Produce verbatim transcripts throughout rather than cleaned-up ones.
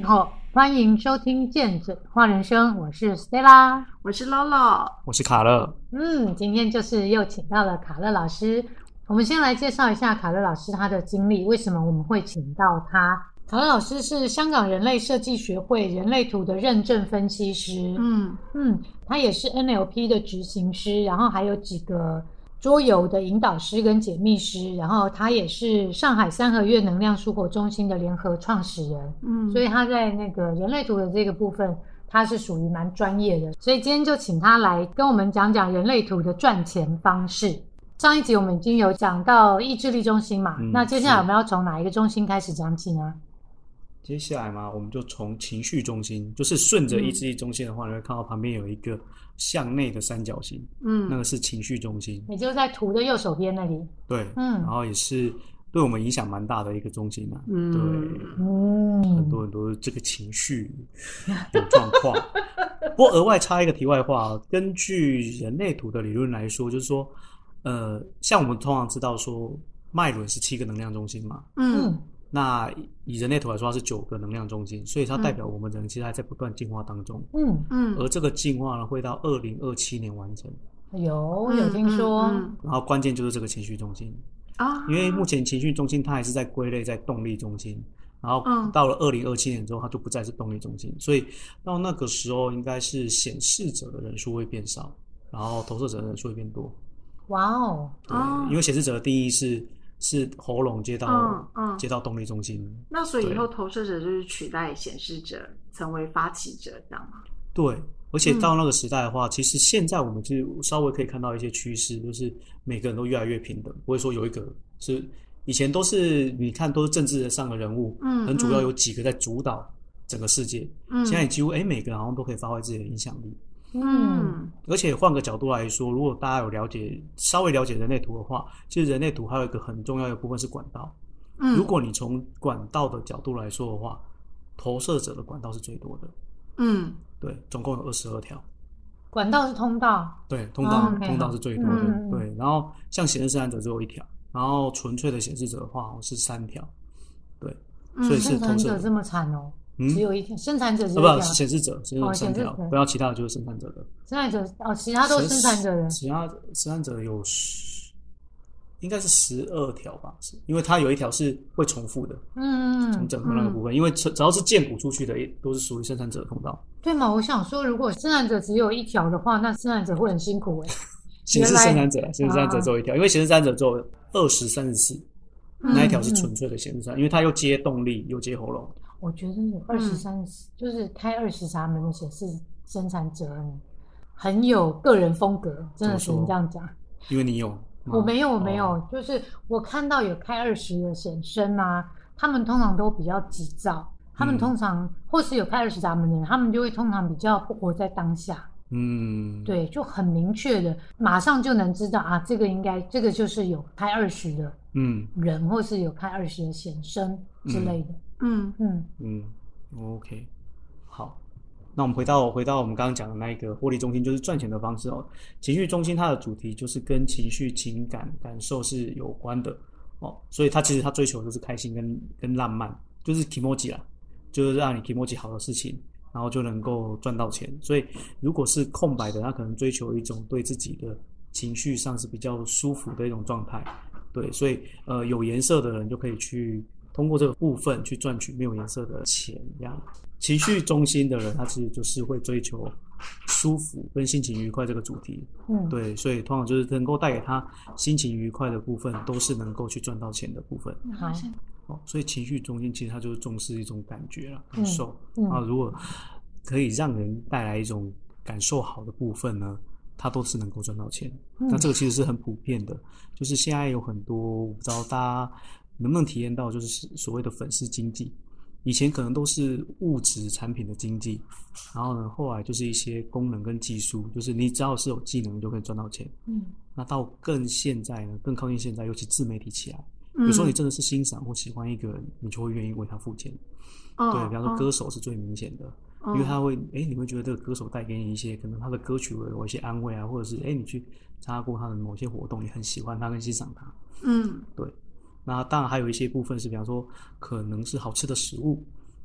好，欢迎收听健嘴话人生，我是 Stella， 我是 Lolo， 我是卡乐。 嗯，今天就是又请到了卡乐老师。我们先来介绍一下卡乐老师他的经历，为什么我们会请到他。卡乐老师是香港人类设计学会人类图的认证分析师， 嗯嗯，他也是 N L P 的执行师，然后还有几个桌游的引导师跟解密师，然后他也是上海三合院能量书活中心的联合创始人， 嗯， 所以他在那个人类图的这个部分他是属于蛮专业的，所以今天就请他来跟我们讲讲人类图的赚钱方式。上一集我们已经有讲到意志力中心嘛， 嗯那接下来我们要从哪一个中心开始讲起呢？ 接下来嘛，我们就从情绪中心，就是顺着意志力中心的话，嗯、你会看到旁边有一个向内的三角形， 嗯， 那个是情绪中心， 也就是在图的右手边那里。 对， 嗯， 然后也是对我们影响蛮大的一个中心啊， 嗯对， 嗯， 很多很多这个情绪有状况。不过额外插一个题外话，根据人类图的理论来说，就是说，呃，像我们通常知道说脉轮是七个能量中心嘛， 嗯那以人类图来说，它是九个能量中心，所以它代表我们人其实还在不断进化当中。 嗯嗯， 而这个进化呢，会到二零二七年完成。 有有听说， 嗯嗯然后关键就是这个情绪中心啊， 因为目前情绪中心它还是在归类在动力中心，然后嗯到了二零二七年之后，它就不再是动力中心，所以到那个时候应该是显示者的人数会变少，然后投射者的人数会变多。 哇哦， 对， 哦因为显示者的定义是是喉咙接到、 嗯嗯接到动力中心。 那所以以后投射者就是取代显示者，成为发起者，这样吗？ 对，而且到那个时代的话，嗯、其实现在我们就稍微可以看到一些趋势，就是每个人都越来越平等，不会说有一个是以前都是你看都是政治上的人物， 嗯， 很主要有几个在主导整个世界， 嗯， 现在几乎哎每个人好像都可以发挥自己的影响力。 嗯， 而且换个角度来说，如果大家有了解稍微了解人类图的话，其实人类图还有一个很重要的部分是管道。 嗯， 如果你从管道的角度来说的话，投射者的管道是最多的。 嗯， 对，总共有二十二条。 管道是通道， 对，通道、 哦 okay, 通道是最多的。 嗯、 对，然后像显示生产者只有一条，然后纯粹的显示者的话是三条。对，所以是生产投射者这么惨哦。 嗯， 只有一条，生产者只有一条， 啊、不是显示者，只有三条，不要其他的就是生产者的。 生产者哦，其他都是生产者的。 其他生产者有十，应该是十二条吧，是因为它有一条是会重复的， 嗯， 从整个那个部分，嗯、因为只要是建补出去的，都是属于生产者的通道。 对嘛？我想说，如果生产者只有一条的话，那生产者会很辛苦哎。 显示生产者，显示生产者只有一条，啊、因为显示生产者只有二十三十四，那一条是纯粹的显示生产，因为它又接动力又接喉咙。 我觉得有二十三十，就是开二十闸门的显示生产者很有个人风格，真的只能这样讲。 因为你有， 我没有，我没有， 哦、 就是我看到有开二十的显生啊，他们通常都比较急躁，他们通常、嗯、或是有开二十闸门的人，他们就会通常比较不活在当下。嗯，对，就很明确的，马上就能知道啊，这个应该，这个就是有开二十的人，嗯、或是有开二十的显生之类的。 嗯嗯嗯 ，OK， 好，那我们回到回到我们刚刚讲的那一个获利中心，就是赚钱的方式哦。情绪中心它的主题就是跟情绪、情感、感受是有关的哦，所以它其实它追求就是开心跟跟浪漫，就是 kimoji 啦，就是让你 kimoji 好的事情，然后就能够赚到钱。所以如果是空白的，他可能追求一种对自己的情绪上是比较舒服的一种状态。对，所以呃有颜色的人就可以去通过这个部分去赚取没有颜色的钱，这样。情绪中心的人，他其实就是会追求舒服跟心情愉快这个主题。嗯，对，所以通常就是能够带给他心情愉快的部分，都是能够去赚到钱的部分。 好， 哦，所以情绪中心其实它就是重视一种感觉啦，感受。 嗯嗯、 啊，如果可以让人带来一种感受好的部分呢，它都是能够赚到钱。嗯、那这个其实是很普遍的，就是现在有很多，我不知道大家能不能体验到，就是所谓的粉丝经济。以前可能都是物质产品的经济，然后呢，后来就是一些功能跟技术，就是你只要是有技能，你就可以赚到钱。嗯，那到更现在呢，更靠近现在，尤其自媒体起来，有时候你真的是欣赏或喜欢一个人，你就会愿意为他付钱。 哦、 对，比方说歌手是最明显的，哦、因为他会，哎，你会觉得这个歌手带给你一些可能他的歌曲有一些安慰啊，或者是哎，你去参加过他的某些活动，你很喜欢他跟欣赏他。 嗯， 对。那当然还有一些部分是，比方说可能是好吃的食物，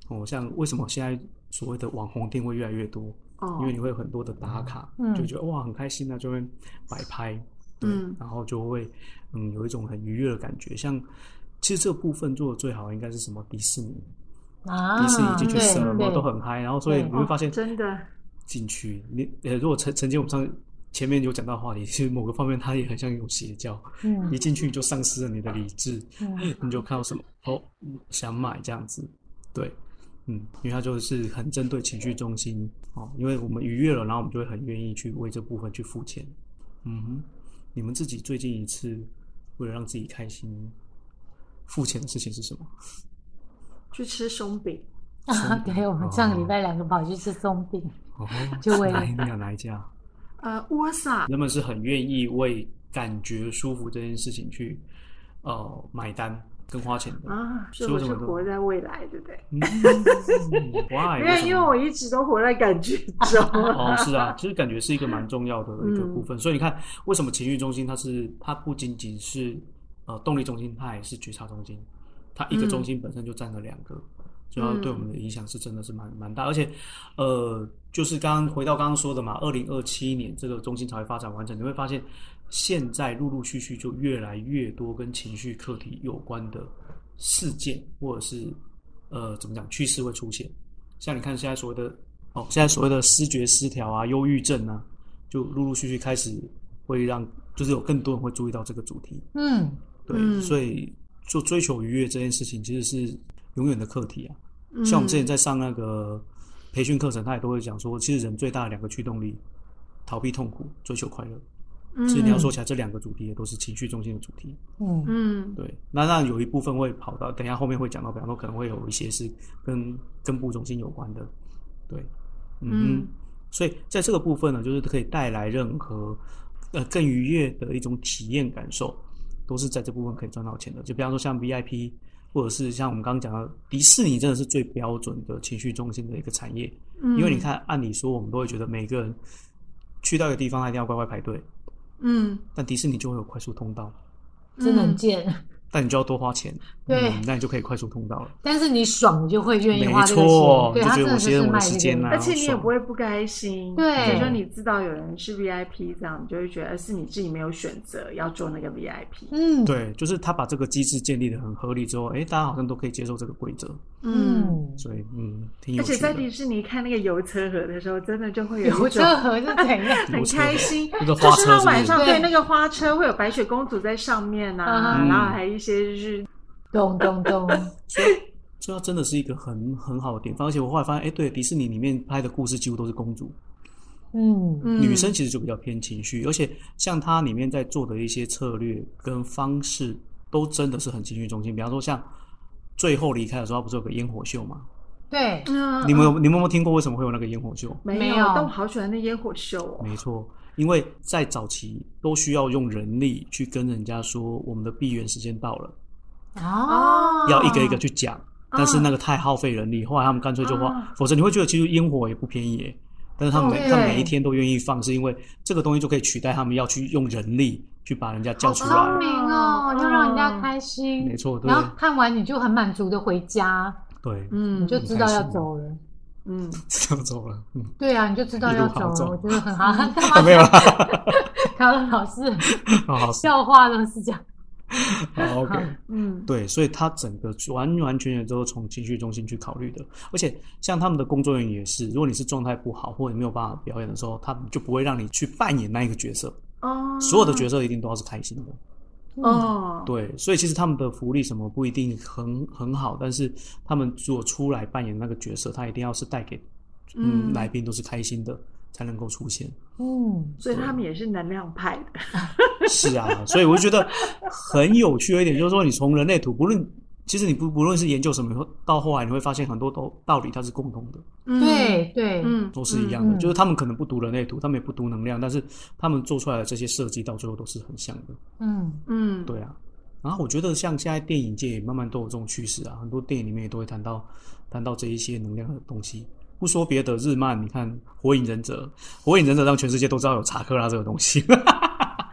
哦，像为什么现在所谓的网红店会越来越多？哦，因为你会有很多的打卡，嗯、就觉得哇很开心啊，就会摆拍，对，嗯、然后就会嗯有一种很愉悦的感觉。像其实这个部分做的最好应该是什么？迪士尼啊，迪士尼进去什么都很嗨，然后所以你会发现、 哦、真的进去，你呃如果曾曾经我们上前面有讲到的话题，其实某个方面它也很像一种邪教，嗯，一进去就丧失了你的理智，嗯，你就看到什么哦想买这样子，对。嗯，因为它就是很针对情绪中心哦，因为我们愉悦了，然后我们就会很愿意去为这部分去付钱。嗯哼，你们自己最近一次为了让自己开心付钱的事情是什么？ 去吃松饼啊！对，我们上个礼拜两个跑去吃松饼，哦，就为了哪哪一家？ 呃，沃萨。 人们是很愿意为感觉舒服这件事情去呃买单。跟花钱的啊，所以我是活在未来，对不对？ 嗯，因为因为我一直都活在感觉中。 哦，是啊，其实感觉是一个蛮重要的一个部分。嗯、所以你看，为什么情绪中心它是它不仅仅是呃动力中心，它也是觉察中心。它一个中心本身就占了两个，所以它对我们的影响是真的是蛮蛮大。而且呃，就是刚刚回到刚刚说的嘛，二零二七年这个中心才会发展完整，你会发现。现在陆陆续续就越来越多跟情绪课题有关的事件，或者是呃怎么讲趋势会出现。像你看现在所谓的哦，现在所谓的思觉失调啊、忧郁症啊，就陆陆续续开始会让，就是有更多人会注意到这个主题。嗯，对，嗯、所以做追求愉悦这件事情其实是永远的课题啊。嗯、像我们之前在上那个培训课程，他也都会讲说，其实人最大的两个驱动力：逃避痛苦，追求快乐。所以你要说起来，这两个主题也都是情绪中心的主题。嗯嗯，对。那那有一部分会跑到，等一下后面会讲到，比方说可能会有一些是跟根部中心有关的。对，嗯, 嗯。所以在这个部分呢，就是可以带来任何呃更愉悦的一种体验感受，都是在这部分可以赚到钱的。就比方说像 V I P， 或者是像我们刚刚讲的迪士尼，真的是最标准的情绪中心的一个产业。嗯。因为你看，按理说我们都会觉得每个人去到一个地方，他一定要乖乖排队。嗯，但迪士尼就会有快速通道， 真的很贱。 但你就要多花钱， 对、 嗯，那你就可以快速通道了。 但是你爽，你就会愿意花这个钱， 没错， 对， 就觉得我节省我的时间啊， 而且你也不会不开心。 对， 比如说你知道有人是 V I P， 这样你就会觉得是你自己没有选择要做那个 V I P。 嗯，对，就是他把这个机制建立的很合理之后，哎，大家好像都可以接受这个规则。嗯，所以嗯，挺有趣的。 而且在迪士尼看那个游车河的时候，真的就会有游车河是怎样， 很开心。 那个花车是不是？ 就是晚上对那个花车会有白雪公主在上面啊，嗯、然后还有一些就是咚咚咚。 所以这真的是一个很很好的典范。而且我后来发现，哎，对，迪士尼里面拍的故事几乎都是公主。嗯，女生其实就比较偏情绪，而且像它里面在做的一些策略跟方式，都真的是很情绪中心。比方说像最后离开的时候，他不是有个烟火秀吗？ 对， 嗯、 你们有你们有没有听过为什么会有那个烟火秀？ 没有，但我好喜欢那烟火秀哦。 没错，因为在早期都需要用人力去跟人家说我们的闭园时间到了，哦，要一个一个去讲，但是那个太耗费人力，后来他们干脆就花，哦、否则你会觉得其实烟火也不便宜耶。但是他们每、哦、他们每一天都愿意放，是因为这个东西就可以取代他们要去用人力去把人家叫出来。 好聪明哦，要让人家开心。 没错，对。 然后看完你就很满足的回家。 对， 嗯，你就知道要走了。 嗯， 知道走了。嗯， 对啊，你就知道要走了。我觉得很好。 没有啦， 考的老师， 好笑话都是这样。 好 ，OK， 嗯，对，所以他整个完完全全都是从情绪中心去考虑的，而且像他们的工作人员也是，如果你是状态不好或者你没有办法表演的时候，他们就不会让你去扮演那一个角色。哦，所有的角色一定都要是开心的。哦、嗯，对，所以其实他们的福利什么不一定很很好，但是他们如果出来扮演那个角色，他一定要是带给嗯, 嗯来宾都是开心的。才能够出现， 嗯，所以他们也是能量派的。 是啊，所以我就觉得很有趣的一点，就是说你从人类图，不论其实你不不论是研究什么，到后来你会发现很多都道理它是共同的。 嗯、对对， 嗯，都是一样的、嗯。就是他们可能不读人类图，他们也不读能量，但是他们做出来的这些设计到最后都是很像的。嗯嗯，对啊。然后我觉得像现在电影界也慢慢都有这种趋势啊，很多电影里面也都会谈到谈到这一些能量的东西。不说别的，日漫你看《火影忍者》，《火影忍者》让全世界都知道有查克拉这个东西。 我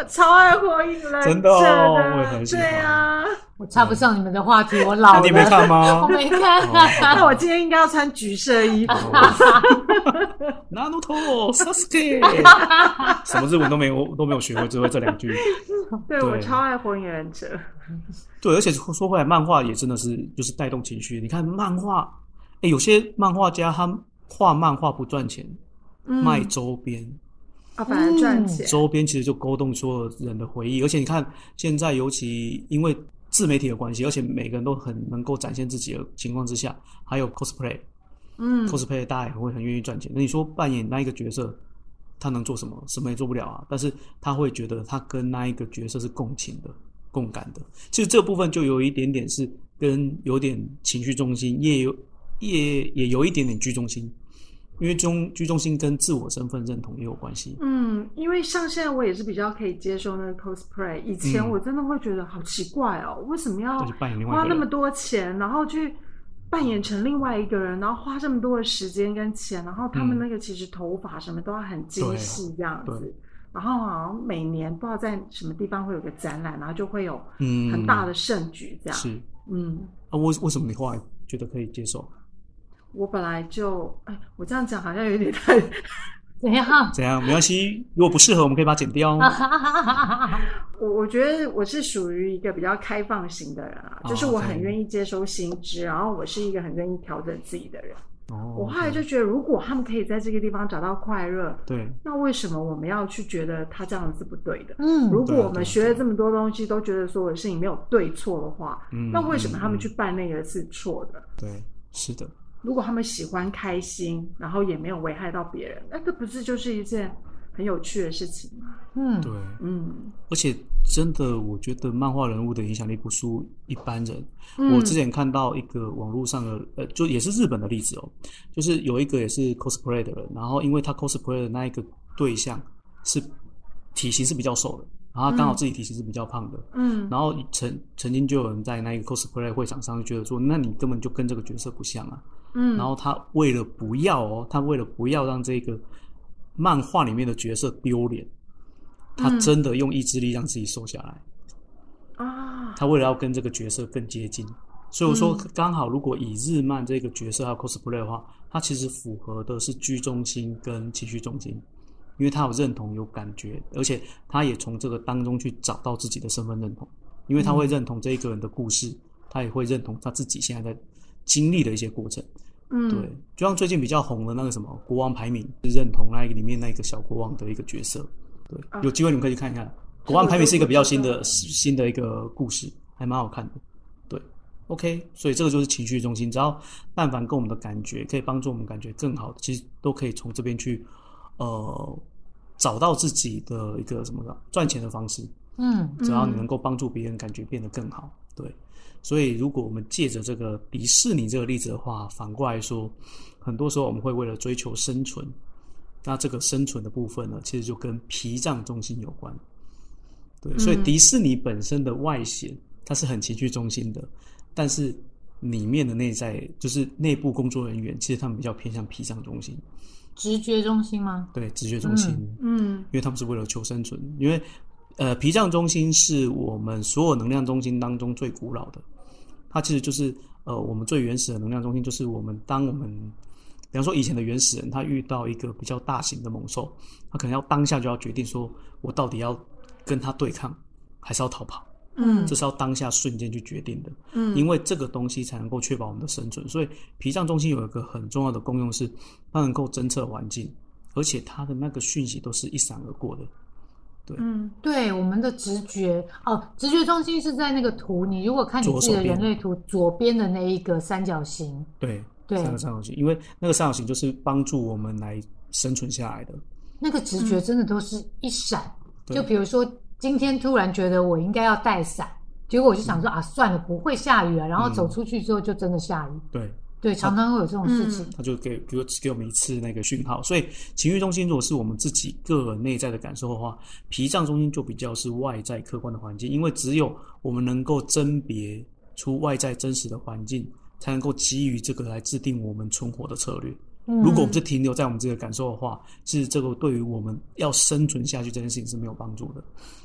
超爱火影忍者的， 真的哦，我也很喜欢。 对啊， 我插不上你们的话题，我老了。 你没看吗？ 我没看。 哦那我今天应该要穿橘色衣服。 ナルト、サスケ，什么日文都没有都没有学会，只会这两句。 对， 对我超爱火影忍者。 对，而且说回来，漫画也真的是就是带动情绪。你看漫画，哎，有些漫画家他画漫画不赚钱， 嗯、 卖周边。 啊，反而赚钱。 周边其实就勾动所有人的回忆，而且你看现在，尤其因为自媒体的关系，而且每个人都很能够展现自己的情况之下，还有 cosplay， 嗯 ，cosplay 大家也会很愿意赚钱。那你说扮演那一个角色，他能做什么？什么也做不了啊。但是他会觉得他跟那一个角色是共情的、共感的。其实这部分就有一点点是跟有点情绪中心，也有也也有一点点居中心。因为中居中心跟自我身份认同也有关系。 嗯，因为像现在我也是比较可以接受那个 cosplay， 以前我真的会觉得好奇怪哦，为什么要花那么多钱，然后去扮演成另外一个人，然后花这么多的时间跟钱，然后他们那个其实头发什么都要很精细这样子。嗯，然后好像每年不知道在什么地方会有个展览，然后就会有很大的盛举这样。 是， 嗯， 啊，为为什么你后来觉得可以接受？ 我本来就，哎，我这样讲好像有点太怎样？ 怎样？没关系，如果不适合，我们可以把它剪掉。 我我觉得我是属于一个比较开放型的人啊，哦，就是我很愿意接收新知，然后我是一个很愿意调整自己的人。哦，我后来就觉得，如果他们可以在这个地方找到快乐，对，那为什么我们要去觉得他这样子是不对的？嗯，如果我们学了这么多东西，都觉得所有的事情没有对错的话，嗯，那为什么他们去办那个是错的？ 对，是的。 如果他们喜欢开心，然后也没有危害到别人，那这不是就是一件很有趣的事情吗？ 嗯，对，嗯，而且真的，我觉得漫画人物的影响力不输一般人。嗯，我之前看到一个网络上的，呃，就也是日本的例子哦，就是有一个也是 cosplay 的人，然后因为他 cosplay 的那一个对象是体型是比较瘦的，然后他刚好自己体型是比较胖的，嗯，然后曾曾经就有人在那个 cosplay 会场上就觉得说，那你根本就跟这个角色不像啊。嗯，然后他为了不要哦，他为了不要让这个漫画里面的角色丢脸，他真的用意志力让自己瘦下来啊！他为了要跟这个角色更接近，所以我说刚好，如果以日漫这个角色还有 cosplay 的话，他其实符合的是居中心跟情绪中心，因为他有认同、有感觉，而且他也从这个当中去找到自己的身份认同，因为他会认同这一个人的故事，他也会认同他自己现在在经历的一些过程。嗯，对，就像最近比较红的那个什么国王排名，认同那一个里面那个小国王的一个角色。对，啊，有机会你们可以去看一看。国王排名是一个比较新的新的一个故事，还蛮好看的。对 ，OK， 所以这个就是情绪中心，只要但凡跟我们的感觉可以帮助我们感觉更好的，其实都可以从这边去呃找到自己的一个什么赚钱的方式。嗯，只要你能够帮助别人感觉变得更好，对。所以如果我们借着这个迪士尼这个例子的话，反过来说，很多时候我们会为了追求生存，那这个生存的部分呢，其实就跟脾脏中心有关。对，所以迪士尼本身的外显它是很情绪中心的，但是里面的内在就是内部工作人员，其实他们比较偏向脾脏中心。 直觉中心吗？ 对，直觉中心。嗯，因为他们是为了求生存，因为呃，脾脏中心是我们所有能量中心当中最古老的，它其实就是呃，我们最原始的能量中心，就是我们当我们，比方说以前的原始人，他遇到一个比较大型的猛兽，他可能要当下就要决定说，我到底要跟他对抗，还是要逃跑？嗯，这是要当下瞬间去决定的。嗯，因为这个东西才能够确保我们的生存。所以脾脏中心有一个很重要的功用是，它能够侦测环境，而且它的那个讯息都是一闪而过的。对， 嗯，对，我们的直觉哦，直觉中心是在那个图，你如果看你自己的人类图左边的那一个三角形， 对，对，三个三角形，因为那个三角形就是帮助我们来生存下来的。 那个直觉真的都是一闪，嗯，就比如说今天突然觉得我应该要带伞，结果我就想说，嗯，啊，算了，不会下雨啊，然后走出去之后就真的下雨。嗯，对。对，常常会有这种事情。 他就给给给我们一次那个讯号，所以情绪中心如果是我们自己个人内在的感受的话，脾脏中心就比较是外在客观的环境，因为只有我们能够甄别出外在真实的环境，才能够基于这个来制定我们存活的策略。嗯，如果我们是停留在我们这个感受的话，其实这个对于我们要生存下去这件事情是没有帮助的。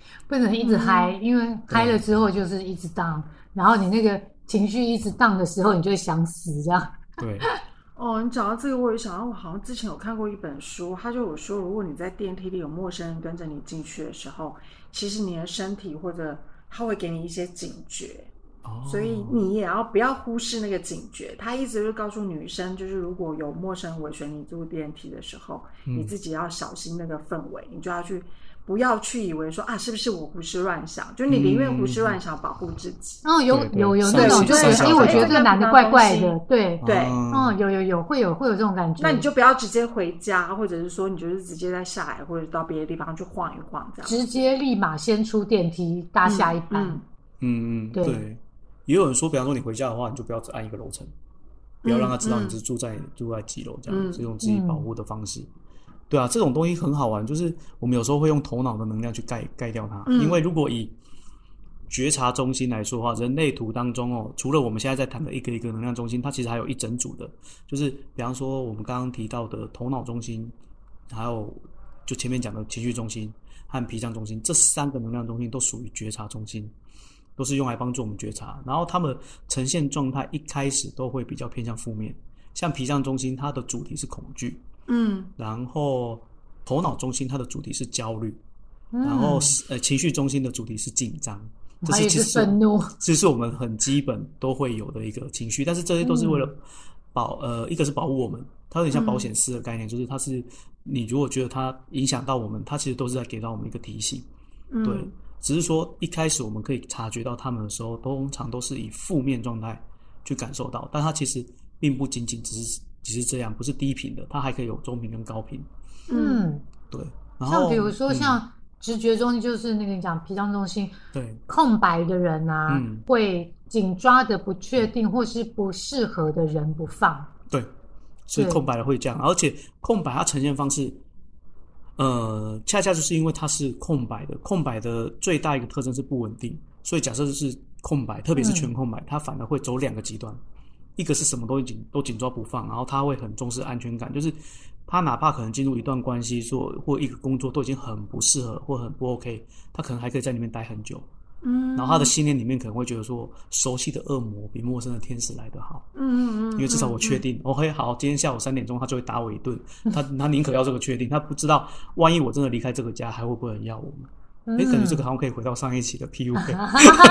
不能一直嗨、嗯，因为嗨了之后就是一直荡，然后你那个情绪一直荡的时候，你就会想死这样。 对。 哦，你讲到这个，我也想到，我好像之前有看过一本书，他就有说，如果你在电梯里有陌生人跟着你进去的时候，其实你的身体或者他会给你一些警觉。所以你也要不要忽视那个警觉，他一直就告诉女生，就是如果有陌生人尾随你坐电梯的时候、嗯、你自己要小心那个氛围，你就要去不要去以为说啊是不是我胡思乱想，就你宁愿胡思乱想保护自己。 哦，有有有那种，就是因为我觉得这个男的怪怪的，对对， 嗯，有有有会有会有这种感觉。 那你就不要直接回家，或者是说你就是直接再下来，或者到别的地方去晃一晃，这样直接立马先出电梯搭下一班。 嗯嗯嗯， 对。 对，也有人说，比方说你回家的话，你就不要只按一个楼层，不要让他知道你是住在、嗯、住在几楼，这样是、嗯、用自己保护的方式。对啊，这种东西很好玩，就是我们有时候会用头脑的能量去盖盖掉它、嗯。因为如果以觉察中心来说的话，人类图当中哦，除了我们现在在谈的一个一个能量中心，它其实还有一整组的，就是比方说我们刚刚提到的头脑中心，还有就前面讲的情绪中心和脾脏中心，这三个能量中心都属于觉察中心。都是用来帮助我们觉察，然后他们呈现状态一开始都会比较偏向负面，像脾脏中心它的主题是恐惧， 嗯， 然后头脑中心它的主题是焦虑，嗯、然后呃情绪中心的主题是紧张，这是其实是愤怒， 这是我们很基本都会有的一个情绪，但是这些都是为了保、嗯、呃一个是保护我们，它有点像保险丝的概念、嗯，就是它是你如果觉得它影响到我们，它其实都是在给到我们一个提醒， 嗯、 对。只是说一开始我们可以察觉到他们的时候，通常都是以负面状态去感受到，但它其实并不仅仅只是只是这样，不是低频的，它还可以有中频跟高频。 嗯， 对。然后像比如说像直觉中心，就是那个你讲脾脏中心， 对， 空白的人啊，嗯、会紧抓的不确定或是不适合的人不放。 对，所以空白的会这样，而且空白它呈现方式。呃，恰恰就是因为它是空白的，空白的最大一个特征是不稳定，所以假设是空白，特别是全空白，嗯、它反而会走两个极端，一个是什么都紧都紧抓不放，然后他会很重视安全感，就是他哪怕可能进入一段关系做或一个工作都已经很不适合或很不 OK， 他可能还可以在里面待很久。 嗯， 然后他的信念里面可能会觉得说，熟悉的恶魔比陌生的天使来得好。 嗯嗯嗯， 因为至少我确定、嗯、，OK， 好，今天下午三点钟他就会打我一顿。他他宁可要这个确定，他不知道万一我真的离开这个家，还会不会有人要我们？哎、嗯，感觉这个好像可以回到上一期的 P U A。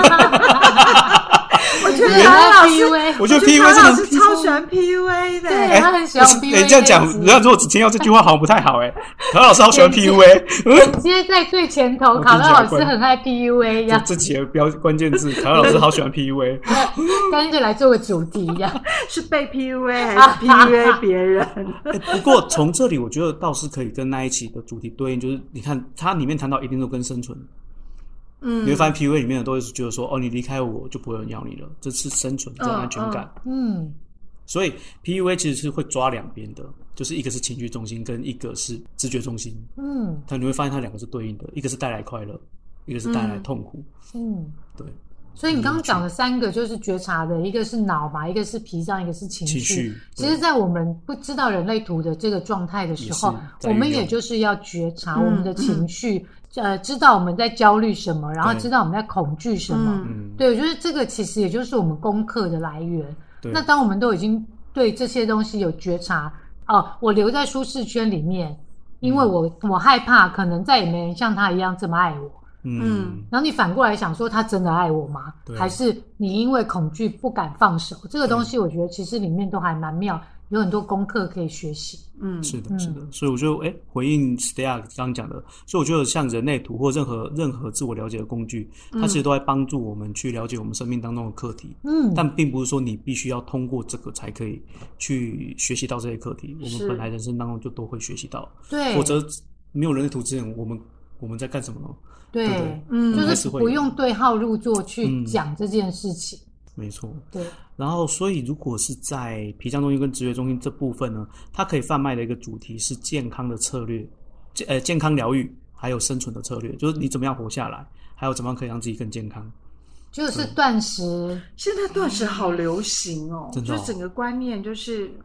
我觉得唐老师， 我觉得 P U A 唐老师超喜欢 P U A 的， 对，他很喜欢 P U A。 哎，这样讲，人家如果只听到这句话，好像不太好哎。唐老师好喜欢 P U A， 今天在最前头，卡乐老师很爱 P U A 呀。 这期的标关键字，卡乐老师好喜欢 P U A， 干脆来做个主题呀， 是被 P U A 还是 P U A 别人？ 不过从这里，我觉得倒是可以跟那一期的主题对应，就是你看它里面谈到一定都跟生存。 嗯， 你会发现 P U A 里面的都是觉得说，哦，你离开我就不会有人要你了，这是生存，这种安全感。 嗯， 所以 P U A 其实是会抓两边的，就是一个是情绪中心，跟一个是知觉中心。 嗯， 但你会发现它两个是对应的，一个是带来快乐，一个是带来痛苦。 嗯， 对。 所以你刚刚讲的三个就是觉察的，一个是脑嘛，一个是脾脏，一个是情绪。 情绪其实，在我们不知道人类图的这个状态的时候，我们也就是要觉察我们的情绪。嗯嗯呃，知道我们在焦虑什么，然后知道我们在恐惧什么。 嗯， 对，我觉得这个其实也就是我们功课的来源。那当我们都已经对这些东西有觉察，哦，我留在舒适圈里面，因为我、嗯、我害怕可能再也没人像他一样这么爱我。 嗯， 然后你反过来想说，他真的爱我吗？还是你因为恐惧不敢放手？这个东西我觉得其实里面都还蛮妙，有很多功课可以学习。 嗯， 是的，是的。嗯、所以我就哎回应 Stella 刚刚讲的，所以我觉得像人类图或任何任何自我了解的工具，它其实都在帮助我们去了解我们生命当中的课题。 嗯， 但并不是说你必须要通过这个才可以去学习到这些课题。我们本来人生当中就都会学习到， 对， 否则没有人类图之前，我们我们在干什么呢？ 对， 对对嗯，就是不用对号入座去讲这件事情。 嗯、没错， 对。 然后，所以如果是在脾脏中心跟直觉中心这部分呢，它可以贩卖的一个主题是健康的策略，呃，健康疗愈，还有生存的策略，就是你怎么样活下来，还有怎么样可以让自己更健康。 就是断食， 现在断食好流行哦， 真的哦， 就整个观念就是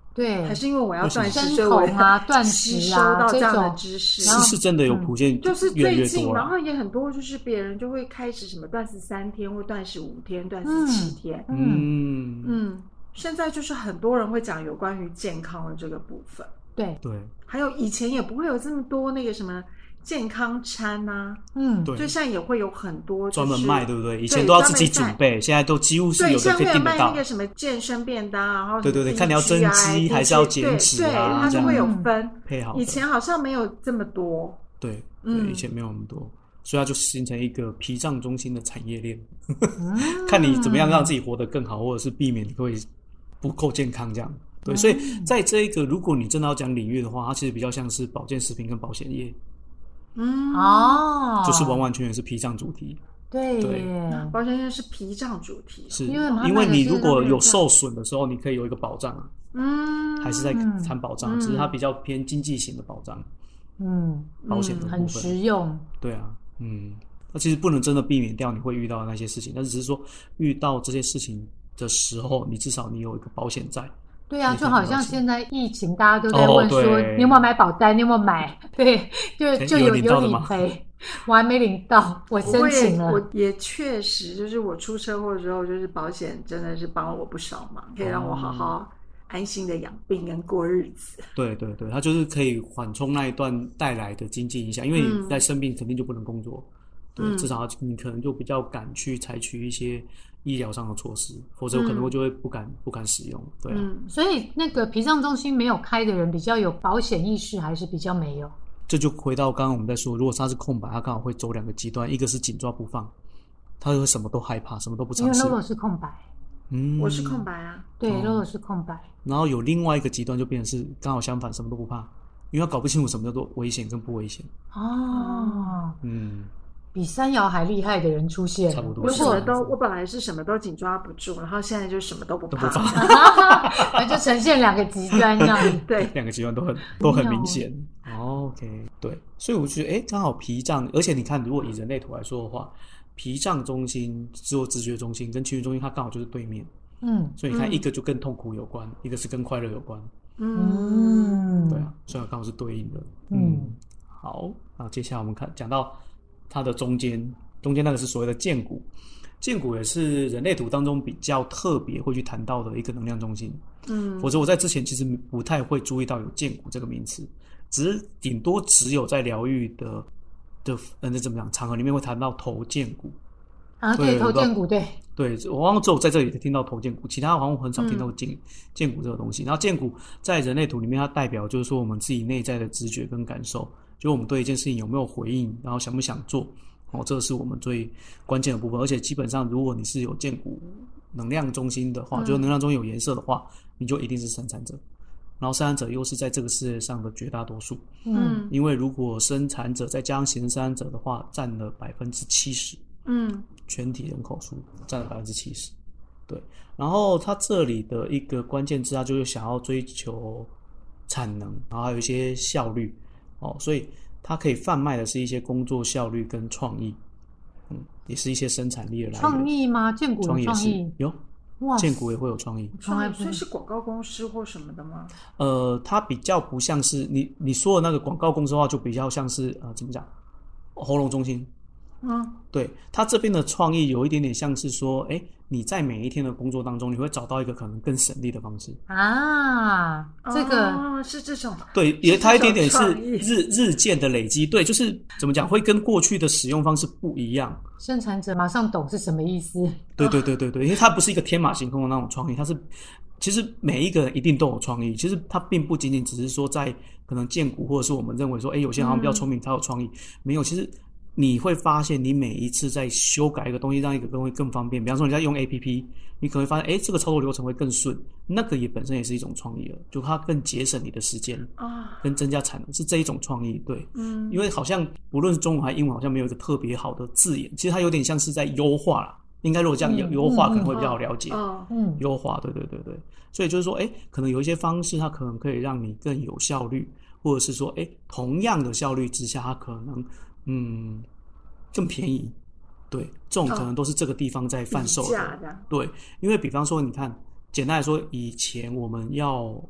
对， 还是因为我要断食， 生酮啊、断食食啊，收到这样的种知识， 是是真的有普遍、嗯， 就是越来越最近， 多然后也很多，就是别人就会开始什么断食三天，或断食五天，断食七天， 嗯嗯，现在就是很多人会讲有关于健康的这个部分， 对对， 还有以前也不会有这么多那个什么健康餐啊， 嗯， 对，就现在也会有很多、就是、 专门卖，对不对？以前都要自己准备，现在都几乎是有的可以订得到。对，现在会有卖那个什么健身便当，然后对对对，看你要增肌还是要减脂啊， 对，对它就会有分配好。 以前好像没有这么多， 对，对，嗯，以前没有那么多，所以它就形成一个脾脏中心的产业链，看你怎么样让自己活得更好，或者是避免你会不够健康这样。对，所以在这一个，如果你真的要讲领域的话，它其实比较像是保健食品跟保险业。 嗯哦， 就是完完全全是脾脏主题。 对， 对， 保险业是脾脏主题， 是因为因为你如果有受损的时候，你可以有一个保障啊， 嗯， 还是在谈保障，嗯，只是它比较偏经济型的保障， 嗯， 保险的部分很实用。 对啊，嗯，那其实不能真的避免掉你会遇到的那些事情，但是只是说遇到这些事情的时候，你至少你有一个保险在。 对啊，就好像现在疫情，大家都在问说，哦，你有没有买保单？你有没有买？对，就就有有理赔，我还没领到，我申请了。 我, 我也确实，就是我出车祸之后，就是保险真的是帮了我不少忙，可以让我好好安心的养病跟过日子。 对对对，它就是可以缓冲那一段带来的经济影响，因为你在生病肯定就不能工作，嗯，对，至少你可能就比较敢去采取一些医疗上的措施，否则可能我就会不敢、嗯、不敢使用。对啊， 嗯，所以那个脾脏中心没有开的人比较有保险意识，还是比较没有？ 这就回到刚刚我们在说，如果它是空白，它刚好会走两个极端，一个是紧抓不放，他会什么都害怕，什么都不尝试。 因为 Lolo 是空白， 嗯，我是空白啊， 对，哦，Lolo 是空白。 然后有另外一个极端就变成是刚好相反，什么都不怕，因为他搞不清楚什么叫做危险跟不危险。 哦， 嗯。 比三爻还厉害的人出现， 差不多。 我什么都，我本来是什么都紧抓不住，然后现在就什么都不怕， 那就呈现两个极端这样子。 对， 两个极端都很都很明显。OK， 对，所以我觉得，哎，刚好脾脏，而且你看，如果以人类图来说的话，脾脏中心、自我直觉中心跟情绪中心，它刚好就是对面。嗯，所以你看，一个就跟痛苦有关，嗯，一个是跟快乐有关。 嗯， 对啊，所以刚好是对应的。嗯，嗯好，那接下来我们看讲到它的中间，中间那个是所谓的剑骨，剑骨也是人类图当中比较特别会去谈到的一个能量中心。嗯，否则我在之前其实不太会注意到有剑骨这个名词，只是顶多只有在疗愈的的呃那怎么讲场合里面会谈到头剑骨。 啊，对，头剑骨，对， 对，我好像只有在这里听到头剑骨，其他好像很少听到剑剑骨这个东西。然后剑骨在人类图里面，它代表就是说我们自己内在的直觉跟感受。就我们对一件事情有没有回应，然后想不想做，哦，这是我们最关键的部分。而且基本上，如果你是有剑骨能量中心的话，嗯，就是能量中心有颜色的话，你就一定是生产者。然后生产者又是在这个世界上的绝大多数，嗯，因为如果生产者再加上形成生产者的话，占了百分之七十，嗯，全体人口数占了百分之七十，对。然后他这里的一个关键字，他就是想要追求产能，然后还有一些效率。哦，所以它可以贩卖的是一些工作效率跟创意，嗯，也是一些生产力的来源。 创意吗？剑骨有创意？ 有，哇，剑骨也会有创意。 创意，所以是广告公司或什么的吗？ 呃，它比较不像是你你说的那个广告公司的话，就比较像是呃，怎么讲？喉咙中心。嗯，对，它这边的创意有一点点像是说，哎，你在每一天的工作当中，你会找到一个可能更省力的方式啊。这个， 哦，是这种， 对，也它一点点是日日渐的累积，对，就是怎么讲，会跟过去的使用方式不一样。 生产者马上懂是什么意思？ 对对对对对，因为它不是一个天马行空的那种创意，它是其实每一个人一定都有创意，其实它并不仅仅只是说在可能剑骨，或者是我们认为说，哎，有些人好像比较聪明，他有创意，没有，其实。你会发现，你每一次在修改一个东西，让一个东西更方便。比方说，你在用 A P P， 你可能会发现，哎，这个操作流程会更顺。那个也本身也是一种创意了，就它更节省你的时间啊，跟增加产能，是这一种创意。对，嗯，因为好像不论是中文还是英文，好像没有一个特别好的字眼。其实它有点像是在优化啦。应该如果这样优化，可能会比较好了解。嗯嗯，优化，对对对对。所以就是说，哎，可能有一些方式，它可能可以让你更有效率，或者是说，哎，同样的效率之下，它可能。嗯，更便宜，对，这种可能都是这个地方在贩售的， 哦、 对，因为比方说，你看，简单来说，以前我们要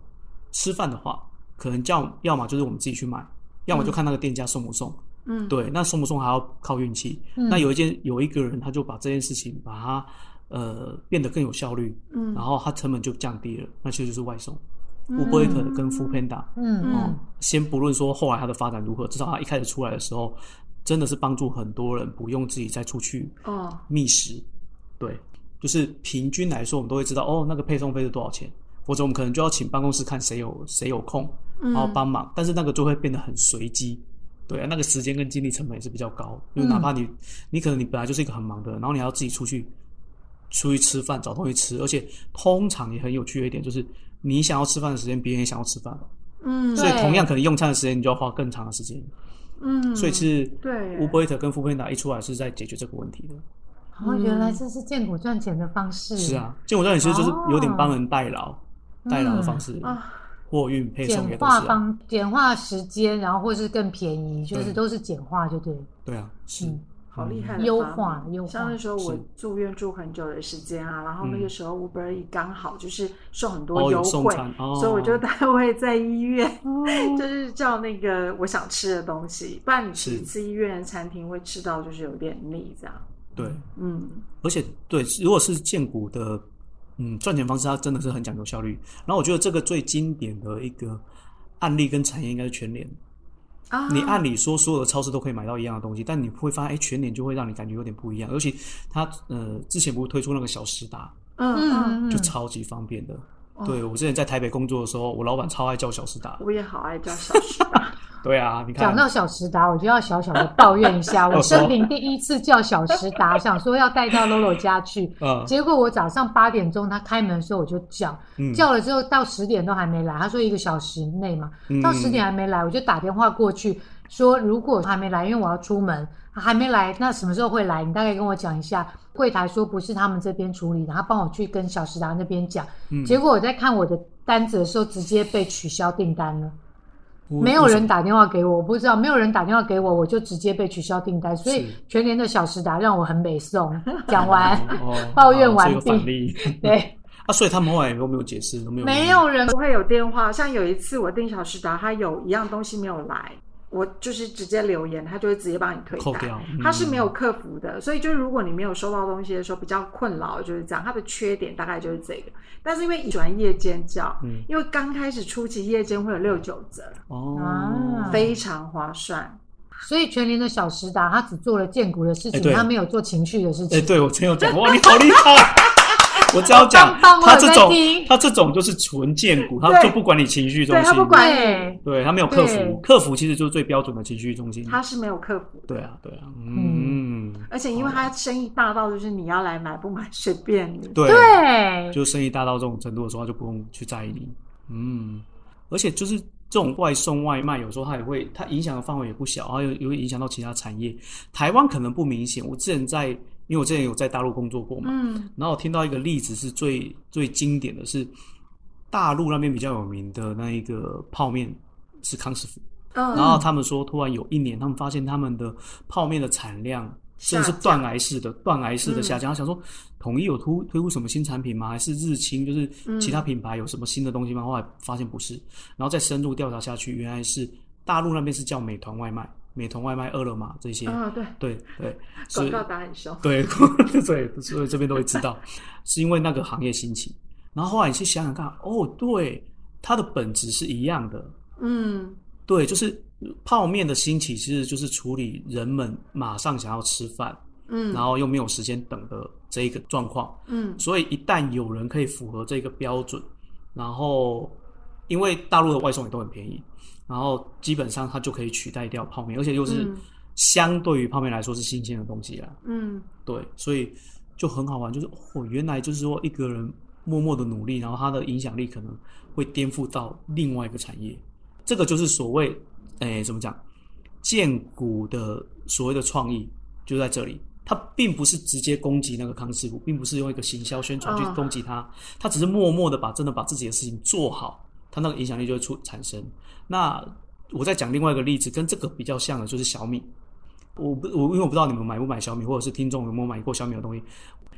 吃饭的话，可能叫要么就是我们自己去买，要么就看那个店家送不送。嗯，对，那送不送还要靠运气。嗯，那有一件有一个人他就把这件事情把它呃变得更有效率，嗯，然后他成本就降低了，那其实就是外送。Uber Eats 跟 Foodpanda， 嗯嗯，先不论说后来它的发展如何，至少它一开始出来的时候，真的是帮助很多人不用自己再出去哦觅食。对，就是平均来说，我们都会知道哦，那个配送费是多少钱，否则我们可能就要请办公室看谁有谁有空，然后帮忙，嗯，但是那个就会变得很随机。对啊，那个时间跟精力成本也是比较高，因为哪怕你、嗯、你可能你本来就是一个很忙的人，然后你还要自己出去出去吃饭找东西吃，而且通常也很有趣的一点就是你想要吃饭的时间别人也想要吃饭，嗯，所以同样可能用餐的时间你就要花更长的时间，嗯，所以是对 Uber Eats 跟 Foodpanda 一出来是在解决这个问题的。 哦，原来这是健股赚钱的方式。 是啊，健股赚钱其实就是有点帮人代劳、哦、代劳的方式、嗯啊货运配送也都是、啊、 简化方简化时间，然后或是更便宜，就是都是简化就对了。 对啊，是、嗯、 好厉害的优化优化。 像那时候我住院住很久的时间啊，然后那个时候 Uber Eats 刚好就是送很多优惠，哦哦、所以我就单位在医院、哦、就是叫那个我想吃的东西，不然你吃一次医院的餐厅会吃到就是有点腻这样。 对，嗯，而且对，如果是健股的。嗯，赚钱方式它真的是很讲究效率。然后我觉得这个最经典的一个案例跟产业应该是全联啊。你按理说所有的超市都可以买到一样的东西，但你会发现，哎，全联就会让你感觉有点不一样。尤其它呃之前不是推出那个小时达，嗯嗯，就超级方便的。嗯、对我之前在台北工作的时候，我老板超爱叫小时达， 我也好爱叫小时达。 对啊，你看讲到小时达，我就要小小的抱怨一下，我生平第一次叫小时达，想说要带到 Lolo 家去，嗯，结果我早上八点钟他开门的时候我就叫，嗯、叫了之后到十点都还没来，他说一个小时内嘛，嗯、到十点还没来，我就打电话过去说如果还没来，因为我要出门，还没来，那什么时候会来？你大概跟我讲一下。柜台说不是他们这边处理的，他帮我去跟小时达那边讲，嗯、结果我在看我的单子的时候，直接被取消订单了。没有人打电话给我，我不知道，没有人打电话给我，我就直接被取消订单。所以全联的小时达让我很北宋。讲完，哦、抱怨完毕。对啊，所以他们后来都没有解释，都没有。 没有人不会有电话。像有一次我订小时达，他有一样东西没有来。我就是直接留言，他就会直接帮你退单，嗯、他是没有客服的，所以就是如果你没有收到东西的时候比较困扰，就是这样。他的缺点大概就是这个，但是因为你喜欢夜间叫，嗯、因为刚开始初期夜间会有六九折哦，非常划算。 所以全联的小时达，他只做了健股的事情，欸、他没有做情绪的事情。 哎、欸，对我真有讲，哇，你好厉害！我只要讲，他这种他这种就是纯健股，他就不管你情绪中心， 对，他不管你， 对他没有客服，客服其实就是最标准的情绪中心， 他是没有客服， 对啊，对啊，嗯， 而且因为他生意大到就是你要来买不买随便你， 对， 对就生意大到这种程度的时候，他就不用去在意你，嗯，而且就是这种外送外卖，有时候它也会，它影响的范围也不小，然后也会影响到其他产业，台湾可能不明显，我之前在。因为我之前有在大陆工作过嘛，嗯，然后我听到一个例子是最最经典的是大陆那边比较有名的那一个泡面是康师傅，嗯，然后他们说突然有一年他们发现他们的泡面的产量真的是断崖式的断崖式的下降，他、嗯、想说统一有推推出什么新产品吗？还是日清就是其他品牌有什么新的东西吗？后来发现不是，然后再深入调查下去，原来是大陆那边是叫美团外卖。美团外卖、饿了么这些， 啊、哦，对对对， 广告打很凶， 对对，所以这边都会知道，是因为那个行业兴起。然后后来你去想想看，哦，对，它的本质是一样的，嗯，对，就是泡面的兴起，其实就是处理人们马上想要吃饭，嗯，然后又没有时间等的这一个状况，嗯，所以一旦有人可以符合这个标准，然后因为大陆的外送也都很便宜。然后基本上它就可以取代掉泡面，而且又是相对于泡面来说是新鲜的东西啦。嗯，对，所以就很好玩，就是哦，原来就是说一个人默默的努力，然后他的影响力可能会颠覆到另外一个产业。这个就是所谓，诶，怎么讲？健股的所谓的创意就在这里，它并不是直接攻击那个康师傅，并不是用一个行销宣传去攻击他，他只是默默的把真的把自己的事情做好。它那个影响力就会出产生。那我再讲另外一个例子，跟这个比较像的就是小米。我不我因为我不知道你们买不买小米，或者是听众有没有买过小米的东西。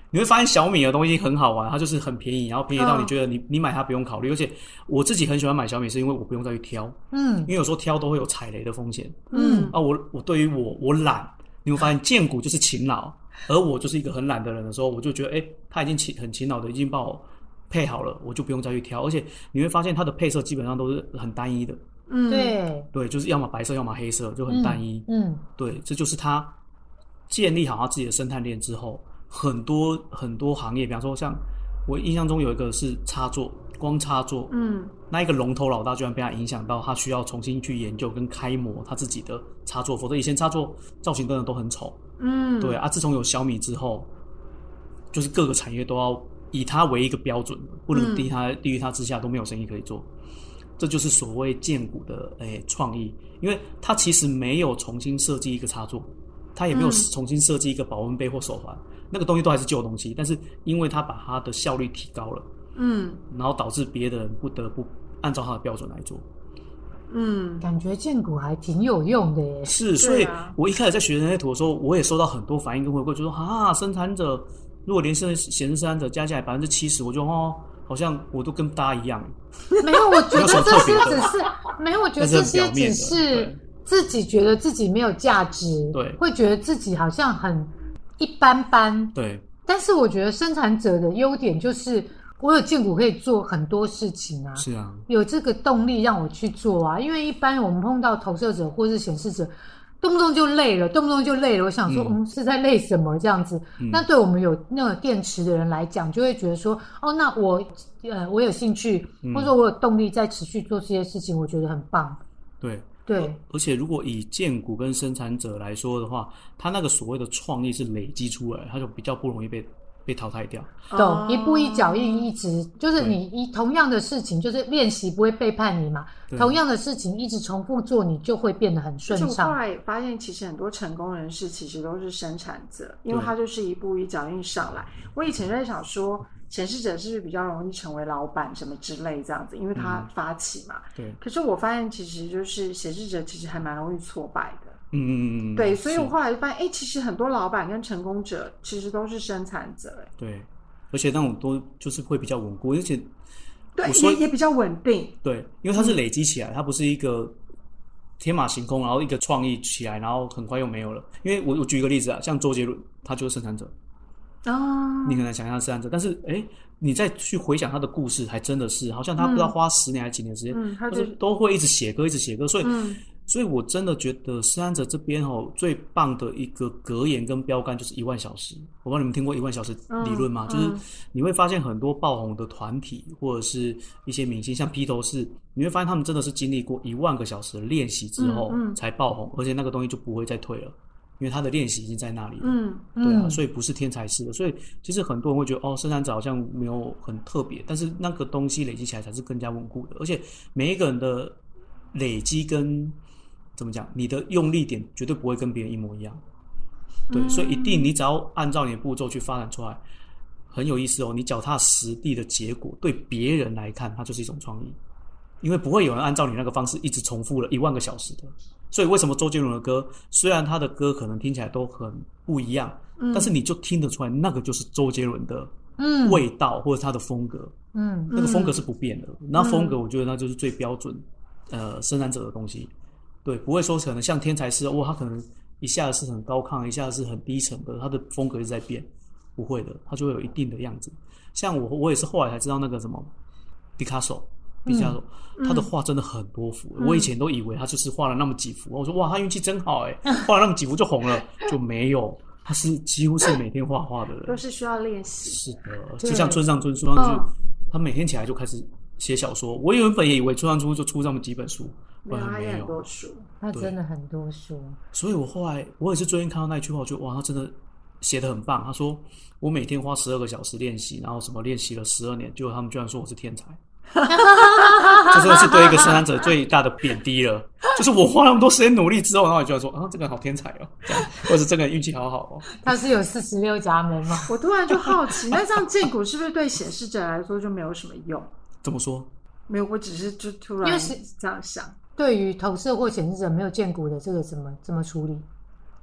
你会发现小米的东西很好玩，它就是很便宜，然后便宜到你觉得你、嗯、你买它不用考虑。而且我自己很喜欢买小米，是因为我不用再去挑，嗯，因为有时候挑都会有踩雷的风险，嗯啊，我我对于我我懒，你会发现荐股就是勤劳，而我就是一个很懒的人的时候，我就觉得哎，他已经勤很勤劳的已经帮我配好了，我就不用再去挑。而且你会发现它的配色基本上都是很单一的， 嗯，对对，就是要么白色要么黑色，就很单一，嗯，嗯对，这就是它建立好它自己的生态链之后。很多很多行业，比方说像我印象中有一个是插座，光插座，嗯，那一个龙头老大居然被他影响到，他需要重新去研究跟开模他自己的插座，否则以前插座造型真的都很丑，嗯，对啊，自从有小米之后，就是各个产业都要以它为一个标准，不能低它低于它之下都没有生意可以做，这就是所谓荐股的诶创意，因为它其实没有重新设计一个插座，它也没有重新设计一个保温杯或手环。那个东西都还是旧东西，但是因为他把它的效率提高了，嗯，然后导致别的人不得不按照他的标准来做， 嗯，感觉荐股还挺有用的耶。 是，所以我一开始在学人类图的时候，我也收到很多反应跟回馈，就说啊，生产者如果连显示生产者加起来百分之七十，我就哦，好像我都跟大家一样。 没有，我觉得这些只是没有，我觉得这些只是自己觉得自己没有价值， 对， 会觉得自己好像很。一般般， 对， 但是我觉得生产者的优点就是我有荐股可以做很多事情啊， 是啊，有这个动力让我去做啊。因为一般我们碰到投射者或是显示者，动不动就累了，动不动就累了。我想说，嗯，嗯是在累什么这样子？嗯、那对我们有那个电池的人来讲，就会觉得说，哦，那我呃我有兴趣，嗯、或者说我有动力在持续做这些事情，我觉得很棒。 对。 对， 而且如果以荐股跟生产者来说的话，他那个所谓的创意是累积出来，他就比较不容易被被淘汰掉。 懂，一步一脚印，一直就是你一同样的事情，就是练习不会背叛你嘛。同样的事情一直重复做，你就会变得很顺畅。 我后来也发现，其实很多成功人士其实都是生产者，因为他就是一步一脚印上来。我以前在想说。显示者是不是比较容易成为老板什么之类这样子，因为他发起嘛。 嗯、对。 可是我发现其实就是显示者其实还蛮容易挫败的。 嗯嗯嗯。 对，所以我后来就发现，哎、欸，其实很多老板跟成功者其实都是生产者。 对，而且那种都就是会比较稳固，而且对也也比较稳定。 对，因为它是累积起来，它不是一个天马行空，然后一个创意起来，然后很快又没有了。因为我我举一个例子啊，像周杰伦，他就是生产者。哦，你很难想象他是生产者，但是哎，你再去回想他的故事，还真的是好像他不知道花十年还是几年时间，嗯，他就都会一直写歌，一直写歌，所以，嗯、所以我真的觉得生产者这边哦，最棒的一个格言跟标杆就是一万小时。我不知道你们听过一万小时理论吗？嗯、就是你会发现很多爆红的团体或者是一些明星，像披头士，你会发现他们真的是经历过一万个小时的练习之后才爆红，嗯嗯、而且那个东西就不会再退了。因为他的练习已经在那里了，嗯，对啊，所以不是天才式的，所以其实很多人会觉得哦，生产者好像没有很特别，但是那个东西累积起来才是更加稳固的，而且每一个人的累积跟怎么讲，你的用力点绝对不会跟别人一模一样，对，嗯、所以一定你只要按照你的步骤去发展出来，很有意思哦，你脚踏实地的结果对别人来看，它就是一种创意，因为不会有人按照你那个方式一直重复了一万个小时的。所以为什么周杰伦的歌，虽然他的歌可能听起来都很不一样，嗯、但是你就听得出来，那个就是周杰伦的味道、嗯、或者他的风格，嗯，那个风格是不变的。嗯、那风格我觉得那就是最标准，呃，生产者的东西，对，不会说可能像天才式，哇，他可能一下子是很高亢，一下子是很低沉的，他的风格一直在变，不会的，他就会有一定的样子。像我，我也是后来才知道那个什么毕卡索。毕加索，嗯、他的画真的很多幅，嗯、我以前都以为他就是画了那么几幅，我说哇，他运气真好哎，画了那么几幅就红了，就没有，他是几乎是每天画画的人， 都是需要练习。 是的，就像村上春树，他就、哦、他每天起来就开始写小说，我原本也以为村上春树就出这么几本书， 没有，他也很多书， 他真的很多书。 所以我后来我也是最近看到那一句话，我觉得哇，他真的写得很棒。他说我每天花十二个小时练习，然后什么练习了十二年，结果他们居然说我是天才。这真的是对一个生产者最大的贬低了。就是我花那么多时间努力之后，然后你就说啊，这个人好天才哦，这样，或者这个人运气好好哦。 他是有四十六闸门吗？ 我突然就好奇，那这样荐股是不是对显示者来说就没有什么用？ 怎么说？ 没有，我只是就突然这样想。 对于投射或显示者没有荐股的这个怎么怎么处理？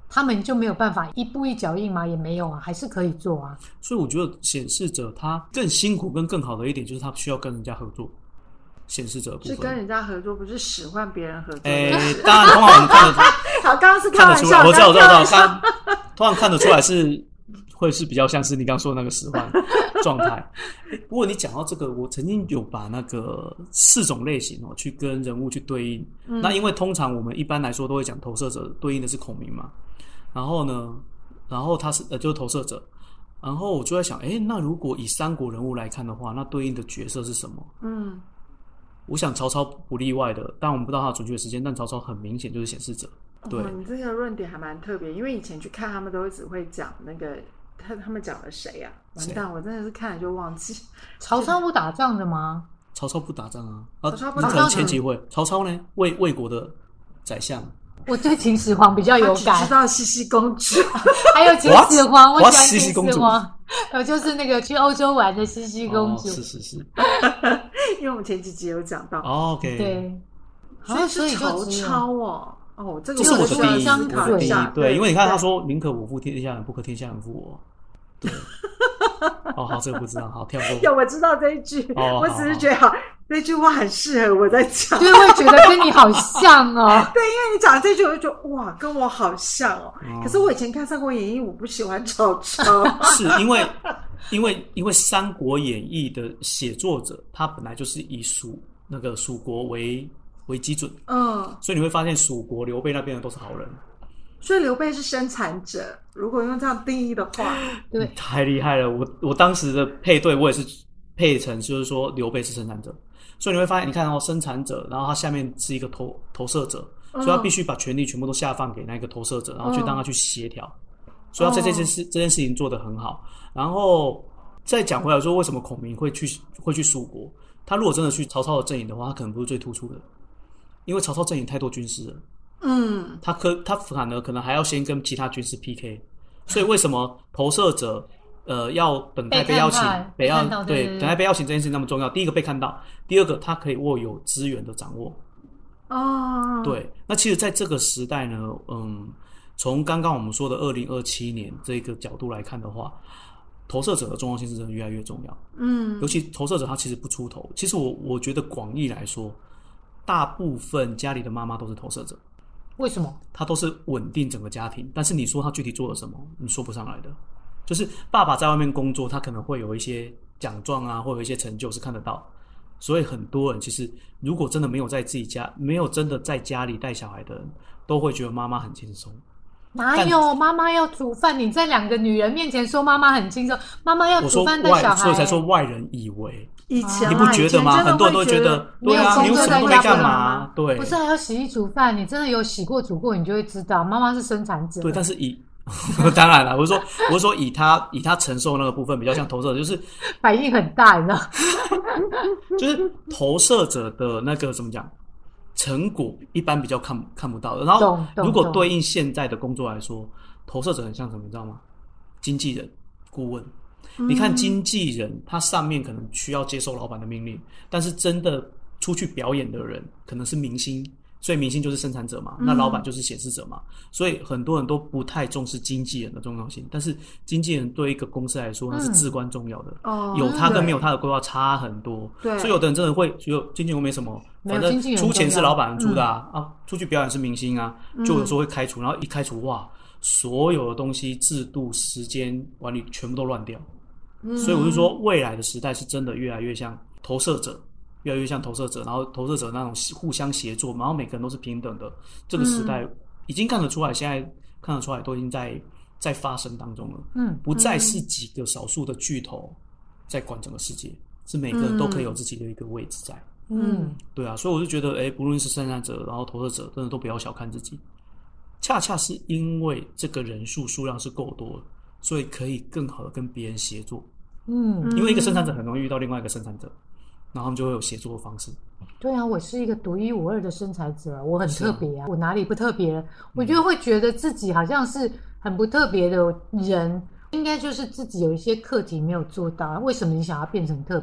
他们就没有办法一步一脚印吗？也没有啊，还是可以做啊。 所以我觉得显示者他更辛苦跟更好的一点就是他需要跟人家合作。显示者的部分是跟人家合作，不是使唤别人合作。 哎、欸，当然，通常我们看得出， 好，刚刚是开玩笑， 我知道，我知道，我知道，通常看得出来是会是比较像是你刚刚说的那个使唤状态。不过你讲到这个，我曾经有把那个四种类型哦去跟人物去对应。嗯、那因为通常我们一般来说都会讲投射者对应的是孔明嘛，然后呢，然后他是呃就是投射者，然后我就在想，哎、欸，那如果以三国人物来看的话，那对应的角色是什么？嗯。我想曹操不例外的，但我们不知道他的准确时间，但曹操很明显就是显示者。对， 哦、你这个论点还蛮特别，因为以前去看他们都只会讲那个他他们讲的谁啊？完蛋，我真的是看了就忘记。 曹操不打仗的吗？ 曹操不打仗啊，啊， 曹操不打仗， 可能前几回。曹操呢，魏魏国的宰相。 我对秦始皇比较有感， 只知道西西公主， 还有秦始皇，我喜欢秦始皇，呃，就是那个去欧洲玩的西西公主， 哦、是是是， 因为我们前几集有讲到、 哦、，OK， 对， 所以是曹操哦，哦，这个是我的第一， 我的第一，对，因为你看他说宁可我负天下人，不可天下人负我，对，哦，好，这个不知道，好跳过， 有我知道这一句，哦、我只是觉得好。这句话很适合我在讲， 对，会觉得跟你好像哦。 对，因为你讲这句，我就觉得哇，跟我好像哦。哦可是我以前看《三国演义》，我不喜欢曹操， 是因为因为因为《三国演义》的写作者他本来就是以蜀那个蜀国为为基准，嗯，所以你会发现蜀国刘备那边的都是好人。 所以刘备是生产者，如果用这样定义的话， 对， 太厉害了！我我当时的配对，我也是配成，就是说刘备是生产者。所以你会发现，你看哦，生产者，然后他下面是一个投投射者，所以他必须把权力全部都下放给那个投射者，然后去让他去协调。所以他在这件事这件事情做得很好。然后再讲回来说，为什么孔明会去会去蜀国？他如果真的去曹操的阵营的话，他可能不是最突出的，因为曹操阵营太多军师了。嗯，他可他反而可能还要先跟其他军师 P K。所以为什么投射者？呃，要等待被邀请，被要对等待被邀请这件事情那么重要。第一个被看到，第二个他可以握有资源的掌握。哦，对。那其实，在这个时代呢，嗯，从刚刚我们说的二零二七年这个角度来看的话，投射者的重要性是真的越来越重要。嗯，尤其投射者他其实不出头。其实我我觉得广义来说，大部分家里的妈妈都是投射者。 为什么？ 他都是稳定整个家庭，但是你说他具体做了什么，你说不上来的。就是爸爸在外面工作，他可能会有一些奖状啊，或有一些成就是看得到。所以很多人其实如果真的没有在自己家，没有真的在家里带小孩的人，都会觉得妈妈很轻松。 哪有妈妈要煮饭？你在两个女人面前说妈妈很轻松，妈妈要煮饭带小孩， 所以才说外人以为。 以前你不觉得吗？很多人都觉得，对啊，你有什么都没干嘛？对， 不是还要洗衣煮饭？你真的有洗过煮过，你就会知道妈妈是生产者。 对，但是以当然了，我是说，我是说以他以他承受那个部分比较像投射者，就是反应很大，你知道？ 就是投射者的那个怎么讲，成果一般比较看看不到的。然后如果对应现在的工作来说，投射者很像什么，你知道吗？经纪人、顾问。你看经纪人，他上面可能需要接受老板的命令，但是真的出去表演的人可能是明星。所以明星就是生产者嘛，那老板就是显示者嘛、嗯、所以很多人都不太重视经纪人的重要性，但是经纪人对一个公司来说那是至关重要的、嗯、有他跟没有他的规划差很多，对，所以有的人真的会觉得经纪人没什么，反正出钱是老板出的啊、嗯、啊，出去表演是明星啊，就有时候会开除，然后一开除哇，所有的东西制度时间管理全部都乱掉、嗯、所以我就说未来的时代是真的越来越像投射者，越来越像投射者，然后投射者那种互相协作，然后每个人都是平等的。这个时代已经看得出来，现在看得出来都已经在在发生当中了。嗯，不再是几个少数的巨头在管整个世界，是每个人都可以有自己的一个位置在。嗯，对啊，所以我就觉得，哎，不论是生产者，然后投射者，真的都不要小看自己。恰恰是因为这个人数数量是够多，所以可以更好的跟别人协作。嗯，因为一个生产者很容易遇到另外一个生产者。然后他们就会有协作的方式。 对啊，我是一个独一无二的生产者，我很特别啊，我哪里不特别？我就会觉得自己好像是很不特别的人，应该就是自己有一些课题没有做到。为什么你想要变成特别？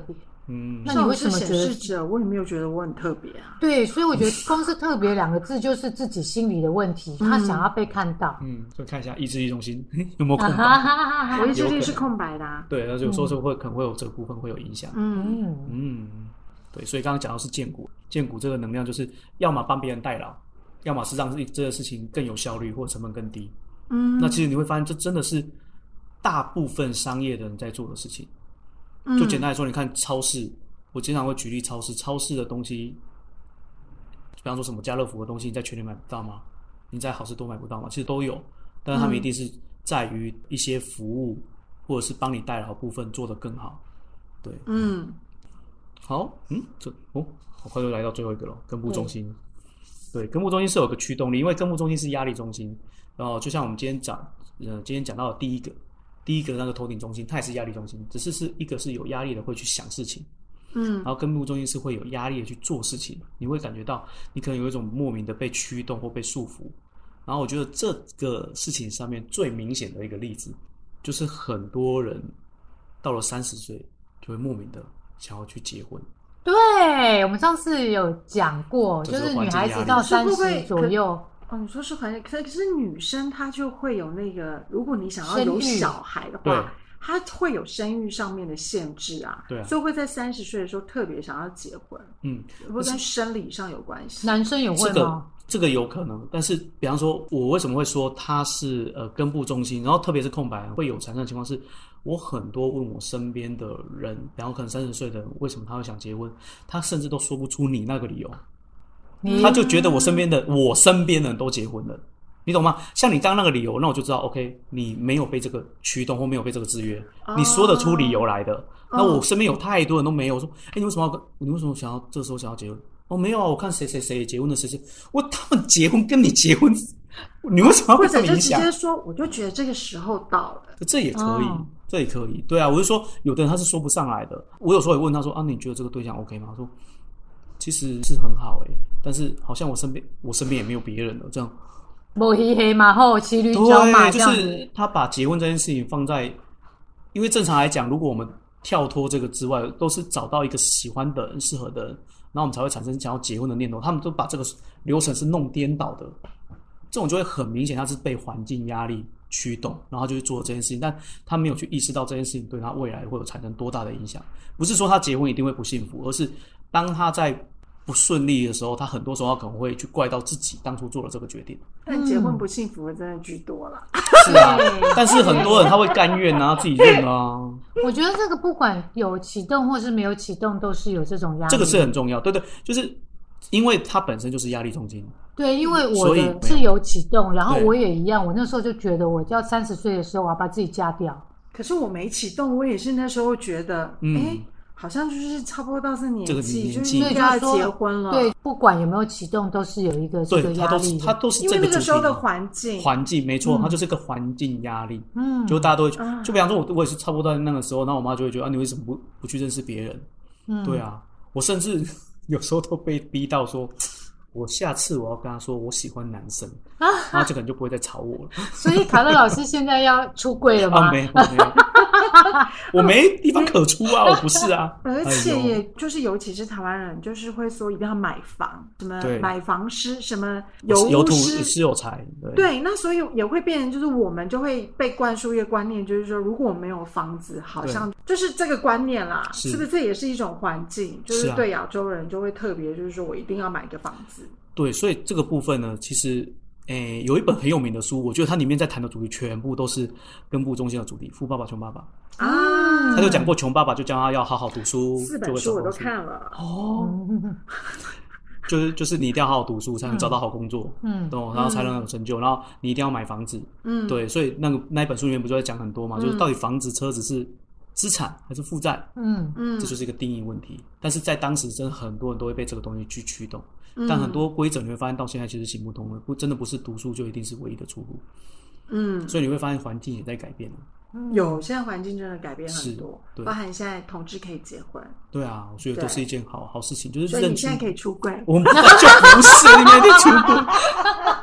嗯， 那你为什么觉得？ 显示者我也没有觉得我很特别啊。 对，所以我觉得光是特别两个字就是自己心里的问题，他想要被看到。 嗯，所以看一下意志力中心有没有空白。 我意志力是空白的啊。 对，那有时候就会可能会有这个部分会有影响。 嗯嗯，对，所以刚刚讲到是荐股，荐股这个能量就是要么帮别人代劳，要么是让这个事情更有效率或成本更低。 嗯， 那其实你会发现这真的是大部分商业的人在做的事情。 嗯、 就简单来说，你看超市，我经常会举例超市，超市的东西，比方说什么家乐福的东西，你在全联买不到吗？你在好事多买不到吗？其实都有，但是他们一定是在于一些服务或者是帮你代劳部分做得更好。对， 嗯， 好，嗯，这哦，好快就来到最后一个了，根部中心。对，根部中心是有个驱动力，因为根部中心是压力中心，然后就像我们今天讲，呃，今天讲到的第一个。第一个那个头顶中心，它也是压力中心，只是是一个是有压力的会去想事情， 嗯， 然后根部中心是会有压力的去做事情，你会感觉到你可能有一种莫名的被驱动或被束缚。然后我觉得这个事情上面最明显的一个例子，就是很多人到了三十岁就会莫名的想要去结婚。 对，我们上次有讲过， 就是女孩子到三十左右。 哦，你说是环境，可是女生她就会有那个，如果你想要有小孩的话，她会有生育上面的限制啊， 对啊， 所以会在三十岁的时候特别想要结婚，嗯，会跟生理上有关系。 男生也会吗？ 这个这个有可能，但是比方说，我为什么会说它是呃根部中心，然后特别是空白会有产生的情况是，我很多问我身边的人，然后可能三十岁的人为什么他会想结婚，他甚至都说不出你那个理由。他就觉得我身边的我身边的人都结婚了，你懂吗？像你刚刚那个理由，那我就知道 OK， 你没有被这个驱动或没有被这个制约，你说得出理由来的。哦、那我身边有太多人都没有，我说哎、欸，你为什么要你为什么想要这时候想要结婚？哦，没有啊，我看谁谁谁结婚的谁谁，我他们结婚跟你结婚，你为什么要被他们影响？ 或者就直接说，我就觉得这个时候到了， 这也可以，哦、这也可以。对啊，我就说有的人他是说不上来的，我有时候也问他说啊，你觉得这个对象 OK 吗？他说。其实是很好哎、欸，但是好像我身边我身边也没有别人了，这样。 没黑黑马后骑驴找马这样子。 就是他把结婚这件事情放在，因为正常来讲，如果我们跳脱这个之外，都是找到一个喜欢的人、适合的人，然后我们才会产生想要结婚的念头。他们都把这个流程是弄颠倒的，这种就会很明显，他是被环境压力驱动，然后就去做这件事情，但他没有去意识到这件事情对他未来会有产生多大的影响。不是说他结婚一定会不幸福，而是当他在不顺利的时候，他很多时候他可能会去怪到自己当初做了这个决定。 但结婚不幸福的真的居多了。 是啊，但是很多人他会甘愿啊，自己认啊。 我觉得这个不管有启动或是没有启动，都是有这种压力。 这个是很重要，对对，就是因为它本身就是压力中心。 对，因为我的是有启动，然后我也一样，我那时候就觉得我要三十岁的时候我要把自己嫁掉。 可是我没启动，我也是那时候觉得，哎、嗯。欸好像就是差不多到这年纪，这个年纪就是应该要结婚了。 对，不管有没有启动，都是有一个这个压力。 它都是因为那个时候的环境， 环境没错，嗯、它就是个环境压力。嗯，就大家都会，嗯、就比方说我，我也是差不多在那个时候，然后我妈就会觉得啊，你为什么不不去认识别人？嗯，对啊，我甚至有时候都被逼到说，我下次我要跟他说我喜欢男生，啊、然后这个人就不会再吵我了。 所以卡乐老师现在要出柜了吗？ 啊，没有，没有。我没地方可出啊，我不是啊。 而且也就是尤其是台湾人，就是会说一定要买房，什么买房师，什么有有土是有财，对。 对，那所以也会变成就是我们就会被灌输一个观念，就是说如果我没有房子，好像就是这个观念啦，是, 是不是？这也是一种环境，就是对亚洲人就会特别就是说我一定要买个房子。 对，所以这个部分呢，其实。诶，有一本很有名的书，我觉得它里面在谈的主题全部都是根部中心的主题，《富爸爸穷爸爸》啊，他就讲过穷爸爸就叫他要好好读书， 四本书我都看了哦，就是就是你一定要好好读书才能找到好工作，嗯，懂，然后才能有成就，然后你一定要买房子，嗯，对，所以那个那一本书里面不就在讲很多嘛，嗯、就是到底房子、车子是资产还是负债，嗯嗯，这就是一个定义问题，但是在当时真的很多人都会被这个东西去驱动。但很多规则你会发现到现在其实行不通了，不真的不是读书就一定是唯一的出路，嗯，所以你会发现环境也在改变了。 有，现在环境真的改变很多，包含现在同志可以结婚。 对啊，我觉得都是一件好好事情，就是所以你现在可以出柜， 我们就不是你们在出柜。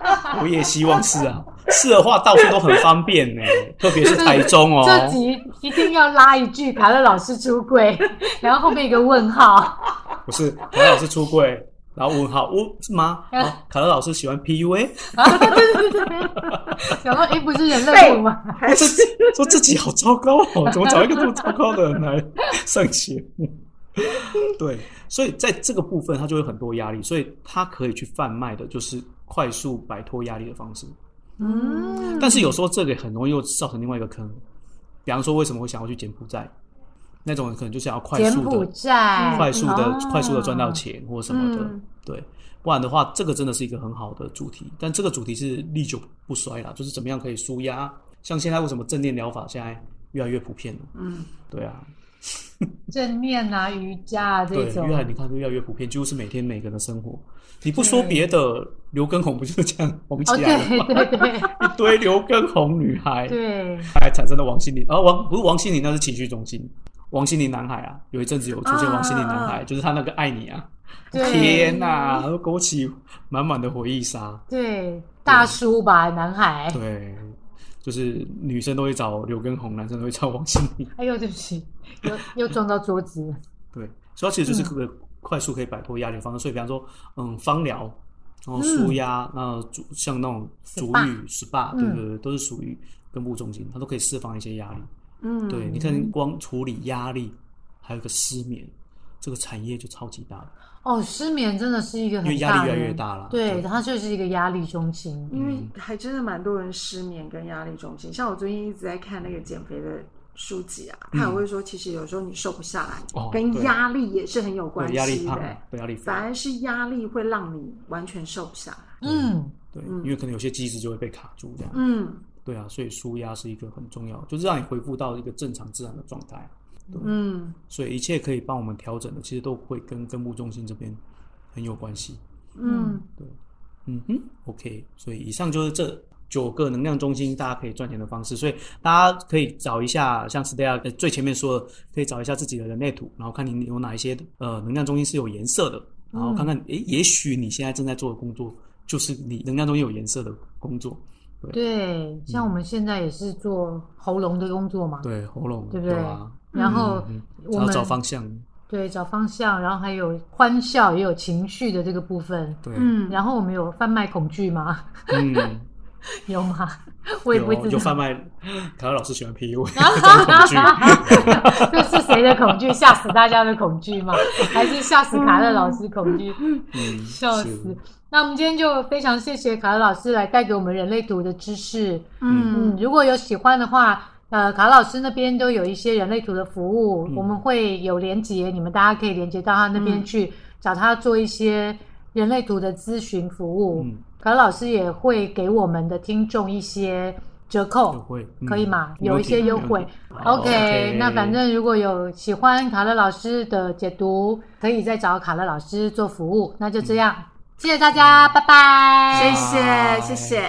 我也希望是啊，是的话到处都很方便呢，特别是台中哦。 这集一定要拉一句卡乐老师出柜，然后后面一个问号。 不是卡乐老师出柜，然后问号，哦是吗？哦，卡乐老师喜欢 P U A。 啊，对对对对，想说诶不是人类图吗？ 我自己说自己好糟糕哦，怎么找一个这么糟糕的人来上节目？对，所以在这个部分他就会很多压力，所以他可以去贩卖的就是快速摆脱压力的方式。嗯，但是有时候这个很容易又造成另外一个坑，比方说为什么会想要去柬埔寨，那种人可能就想要快速的柬埔寨快速的、 哦、 快速的赚到钱或什么的、嗯、对，不然的话这个真的是一个很好的主题，但这个主题是历久不衰啦，就是怎么样可以抒压，像现在为什么正念疗法现在越来越普遍了，嗯，对啊， 正念啊瑜伽啊这种， 对，越来你看越来越普遍，几乎是每天每个人的生活，你不说别的，刘畊宏不就是这样红起来了吗？ 哦、对对对， 一堆刘畊宏女孩， 对， 还产生了王心凌，啊王不是王心凌，那是情绪中心，王心凌男孩啊，有一阵子有出现王心凌男孩，啊、就是他那个爱你啊，天哪、啊，勾起满满的回忆杀， 对，大叔吧男孩， 对，就是女生都会找刘畊宏，男生都会找王心凌， 哎呦对不起，又又撞到桌子， 对，所以它其实就是个快速可以摆脱压力的方式，所以比方说嗯芳疗。然后舒压，那、嗯、像那种足浴、S P A， 对对对，都是属于根部中心，它都可以释放一些压力。嗯，对，你看光处理压力，还有一个失眠，这个产业就超级大了。 哦，失眠真的是一个很大的， 因为压力越来越大了。 对，对它就是一个压力中心。 因为还真的蛮多人失眠跟压力中心，像我最近一直在看那个减肥的书籍啊，他也会说，其实有时候你瘦不下来，嗯、跟压力也是很有关系的。 压力胖，对压力反而是压力会让你完全瘦不下来。 嗯， 对，因为可能有些机制就会被卡住这样。嗯，对啊，所以舒压是一个很重要，就是让你恢复到一个正常自然的状态。嗯，所以一切可以帮我们调整的，其实都会跟根部中心这边很有关系。嗯，对，嗯哼 ，OK， 所以以上就是这九个能量中心大家可以赚钱的方式，所以大家可以找一下，像 Stella 最前面说的，可以找一下自己的人类图，然后看你有哪一些呃能量中心是有颜色的，然后看看，诶、嗯，也许你现在正在做的工作就是你能量中心有颜色的工作。对， 对，像我们现在也是做喉咙的工作嘛， 对，喉咙， 对不对？ 对啊、 然后我们、 嗯、找方向。 对，找方向，然后还有欢笑，也有情绪的这个部分。 对， 嗯，然后我们有贩卖恐惧吗？嗯，有吗？我也不知道。 有, 有贩卖，卡乐老师喜欢 P U A 这种恐惧。 这是谁的恐惧？吓死大家的恐惧吗？还是吓死卡乐老师恐惧？嗯，笑死。那我们今天就非常谢谢卡乐老师来带给我们人类图的知识。嗯嗯，如果有喜欢的话。呃，卡老师那边都有一些人类图的服务，嗯、我们会有连结，你们大家可以连结到他那边去、嗯、找他做一些人类图的咨询服务。嗯、卡老师也会给我们的听众一些折扣， 会嗯、 可以吗？有一些优惠。OK，, okay 那反正如果有喜欢卡乐老师的解读，可以再找卡乐老师做服务。那就这样，嗯、谢谢大家，拜拜， 谢谢，谢谢。